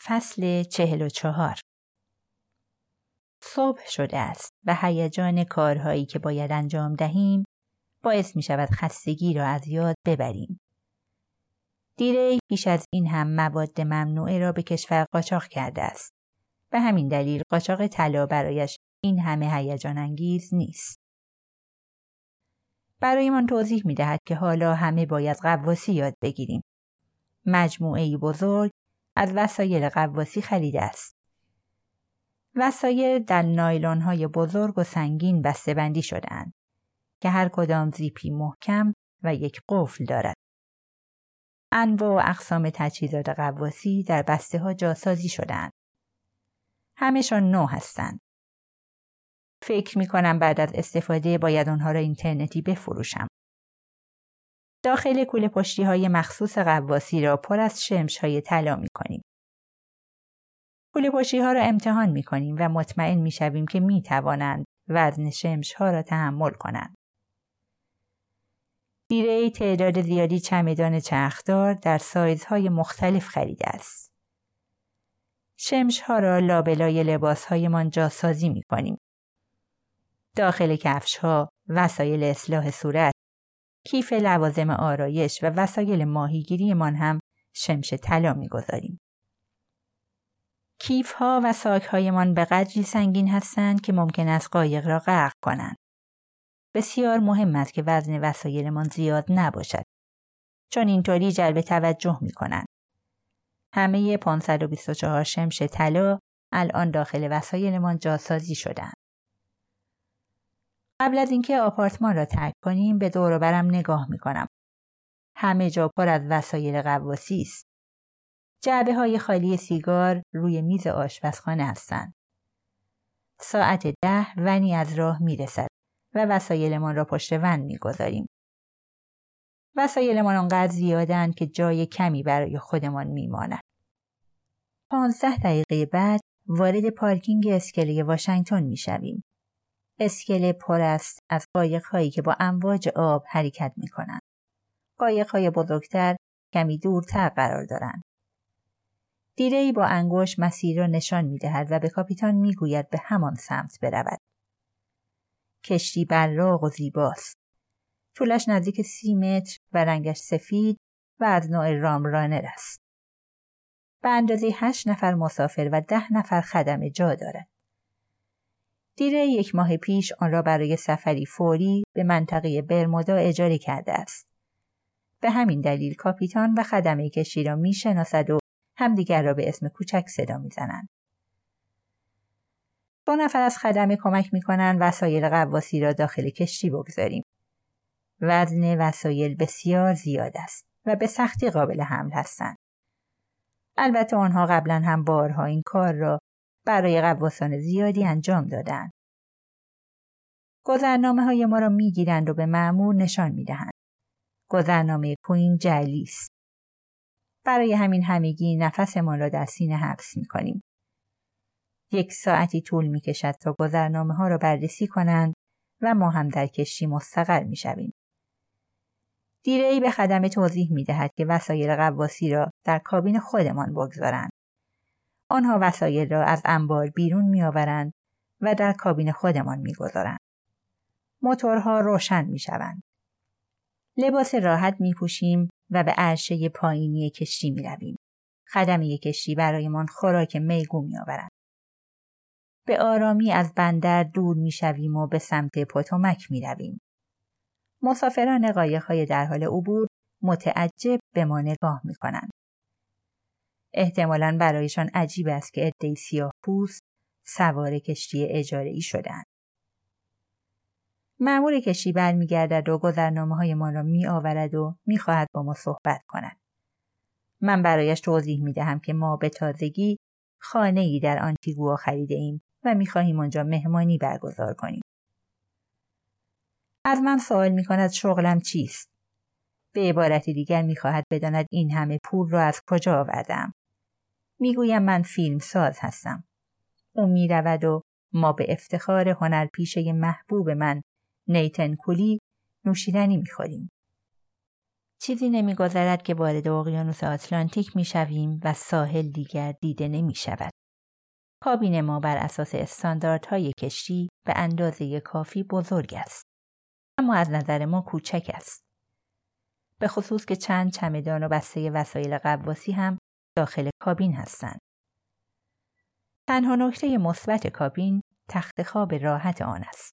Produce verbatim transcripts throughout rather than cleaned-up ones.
فصل چهل و چهار. صبح شده است و هیجان کارهایی که باید انجام دهیم باعث می شود خستگی را از یاد ببریم. دیری پیش از این هم مواد ممنوعه را به کشور قاچاق کرده است. به همین دلیل قاچاق طلا برایش این همه هیجان انگیز نیست. برایمان توضیح می دهد که حالا همه باید غواصی یاد بگیریم. مجموعه‌ای بزرگ از وسایل غواصی خریده است. وسایل در نایلون‌های بزرگ و سنگین بسته‌بندی شده‌اند که هر کدام زیپی محکم و یک قفل دارد. انواع و اقسام تجهیزات غواصی در بسته‌ها جاسازی شده‌اند. همه‌شان نو هستند. فکر می‌کنم بعد از استفاده باید آنها را اینترنتی بفروشم. داخل کوله پشتی‌های مخصوص غواصی را پر از شمش‌های طلا می‌کنیم. کوله پشتی‌ها را امتحان می‌کنیم و مطمئن می‌شویم که می‌توانند وزن شمش‌ها را تحمل کنند. دیری تعداد زیادی چمدان چرخدار در سایزهای مختلف خریده است. شمش‌ها را لابلای لباس‌هایمان جاسازی می‌کنیم. داخل کفش‌ها، وسایل اصلاح صورت، کیف لوازم آرایش و وسایل ماهیگیریمان هم شمش طلا می‌گذاریم. کیف‌ها و ساک‌هایمان به قدری سنگین هستند که ممکن است قایق را غرق کنند. بسیار مهم است که وزن وسایلمان زیاد نباشد، چون اینطوری جلب توجه می‌کنند. همه پانصد و بیست و چهار شمش طلا الان داخل وسایلمان جاسازی شدند. قبل از اینکه آپارتمان را ترک کنیم به دور و برم نگاه می‌کنم. همه جا پر از وسایل غواصی است. جعبه‌های خالی سیگار روی میز آشپزخانه هستند. ساعت ده ونی از راه میرسد و وسایلمان را پشت ون میگذاریم. وسایلمان آنقدر زیادند که جای کمی برای خودمان میماند. پانزده دقیقه بعد وارد پارکینگ اسکله واشنگتن میشویم. اسکله پر است از قایق‌هایی که با امواج آب حرکت میکنند. قایق‌های بزرگتر کمی دورتر قرار دارند. دیری با انگشت مسیر را نشان می‌دهد و به کاپیتان می‌گوید به همان سمت برود. کشتی براق و زیباست. طولش نزدیک سی متر و رنگش سفید و از نوع رامرانر است. به اندازه هشت نفر مسافر و ده نفر خدمه جا دارد. دیری یک ماه پیش آن را برای سفری فوری به منطقه برمودا اجاره کرده است. به همین دلیل کاپیتان و خدمه کشتی را می‌شناسد و همدیگر را به اسم کوچک صدا می‌زنند. دو نفر از خدمه کمک می‌کنند وسایل غواصی را داخل کشتی بگذاریم. وزن وسایل بسیار زیاد است و به سختی قابل حمل هستند. البته آنها قبلا هم بارها این کار را برای غواصان زیادی انجام دادند. گذرنامه‌های ما را می‌گیرند و به مأمور نشان می‌دهند. گذرنامه کوین جعلی است. برای همین همگی نفسمان را در سینه حبس می‌کنیم. یک ساعتی طول می‌کشد تا گذرنامه‌ها را بررسی کنند و ما هم در کشتی مستقر می‌شویم. دیری به خدمه توضیح می‌دهد که وسایل غواصی را در کابین خودمان بگذارند. آنها وسایل را از انبار بیرون می‌آورند و در کابین خودمان می‌گذارند. موتورها روشن می‌شوند. لباس راحت می‌پوشیم و به عرشه پایینی کشتی می‌رویم. خدمه کشتی برایمان خوراک میگو می‌آورند. به آرامی از بندر دور می‌شویم و به سمت پوتومک می‌رویم. مسافران قایق‌های در حال عبور متعجب به ما نگاه می‌کنند. احتمالاً برایشان عجیب است که عده‌ای سیاه‌پوست سوار کشتی اجاره‌ای شدند. مأمور کشتی برمیگردد و گذرنامه‌های ما را می‌آورد و می‌خواهد با ما صحبت کند. من برایش توضیح می‌دهم که ما به تازگی خانه‌ای در آنتیگوا خریده‌ایم و می‌خواهیم آنجا مهمانی برگزار کنیم. از من سوال می‌کند شغلم چیست؟ به عبارت دیگر می‌خواهد بداند این همه پول را از کجا آوردم. می‌گویم من فیلمساز هستم. او می‌رود و ما به افتخار هنرپیشه محبوب من نیتن کولی نوشیدنی می‌خوریم. چیزی نمی‌گذرد که وارد اقیانوس آتلانتیک می‌شویم و ساحل دیگر دیده نمی‌شود. کابین ما بر اساس استانداردهای کشتی به اندازه کافی بزرگ است. اما از نظر ما کوچک است. به خصوص که چند چمدان و بسته وسایل غواصی هم داخل کابین هستند. تنها نکته مثبت کابین تخت خواب راحت آن است.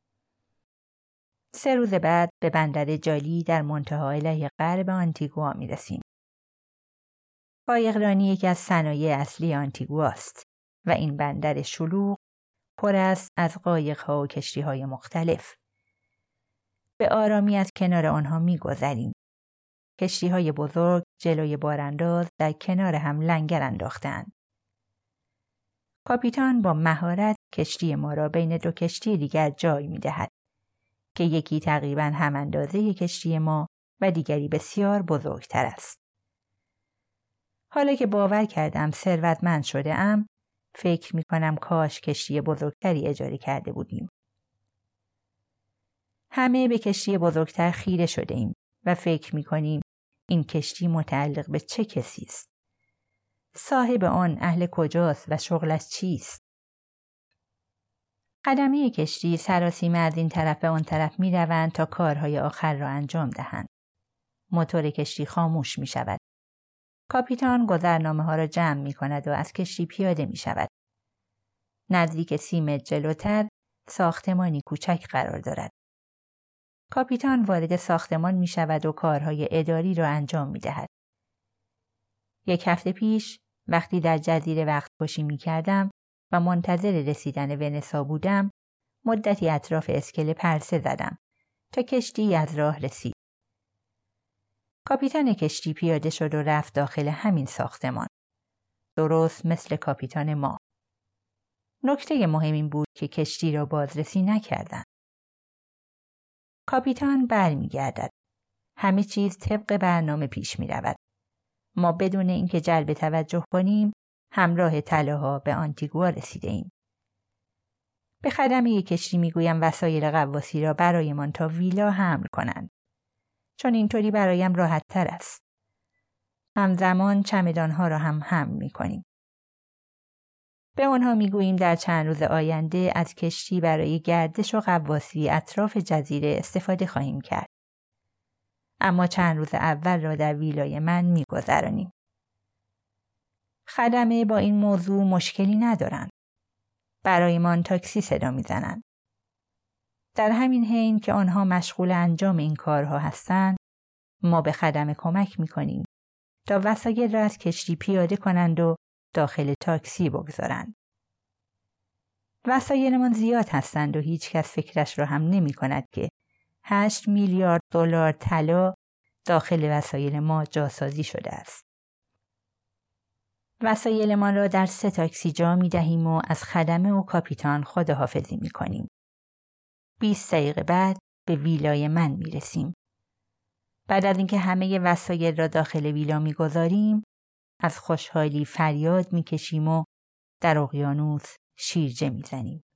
سه روز بعد به بندر جالی در منتهای لایه غرب آنتیگوا می رسیم. قایقرانی یکی از صنایع اصلی آنتیگوا است و این بندر شلوغ پر است از قایق‌ها و کشتی‌های مختلف. به آرامی از کنار آنها می گذریم. کشتی‌های بزرگ جلوی بارانداز در کنار هم لنگر انداختند. کاپیتان با مهارت کشتی ما را بین دو کشتی دیگر جای می دهد که یکی تقریباً هم اندازه کشتی ما و دیگری بسیار بزرگتر است. حالا که باور کردم ثروتمند شده ام، فکر می کنم کاش کشتی بزرگتری اجاره کرده بودیم. همه به کشتی بزرگتر خیره شده ایم و فکر می کنیم این کشتی متعلق به چه کسی است؟ صاحب آن اهل کجاست و شغلش چیست؟ خدمه کشتی سراسیمه از این طرف به آن طرف می روند تا کارهای آخر را انجام دهند. موتور کشتی خاموش می شود. کاپیتان گذرنامه ها را جمع می کند و از کشتی پیاده می شود. نزدیک سی متر جلوتر ساختمانی کوچک قرار دارد. کاپیتان وارد ساختمان می شود و کارهای اداری را انجام می دهد. یک هفته پیش وقتی در جزیره وقت کشی می کردم و منتظر رسیدن ونسا بودم، مدتی اطراف اسکله پرسه زدم تا کشتی از راه رسید. کاپیتان کشتی پیاده شد و رفت داخل همین ساختمان. درست مثل کاپیتان ما. نکته مهم این بود که کشتی را بازرسی نکردند. کاپیتان برمیگردد. همه چیز طبق برنامه پیش می رود. ما بدون اینکه جلب توجه کنیم همراه طلاها به آنتیگوا رسیده ایم. به خدمه کشتی می گویم وسایل غواصی را برایمان تا ویلا حمل کنند. چون اینطوری برایم راحت تر است. همزمان چمدانها را هم حمل می کنیم. به آنها می گوییم در چند روز آینده از کشتی برای گردش و غواصی اطراف جزیره استفاده خواهیم کرد. اما چند روز اول را در ویلای من می گذرانیم. خدمه با این موضوع مشکلی ندارند. برایمان تاکسی صدا می زنند. در همین حین که آنها مشغول انجام این کارها هستند، ما به خدمه کمک می کنیم تا وسایل را از کشتی پیاده کنند و داخل تاکسی بگذارند. وسایلمان زیاد هستند و هیچ کس فکرش را هم نمی کند که هشت میلیارد دلار طلا داخل وسایل ما جاسازی شده است. وسایلمان را در سه تاکسی جا می دهیم و از خدمه و کاپیتان خداحافظی می کنیم. بیست دقیقه بعد به ویلای من می رسیم. بعد از اینکه همه وسایل را داخل ویلا می گذاریم، از خوشحالی فریاد می کشیم و در اقیانوس شیرجه می زنیم.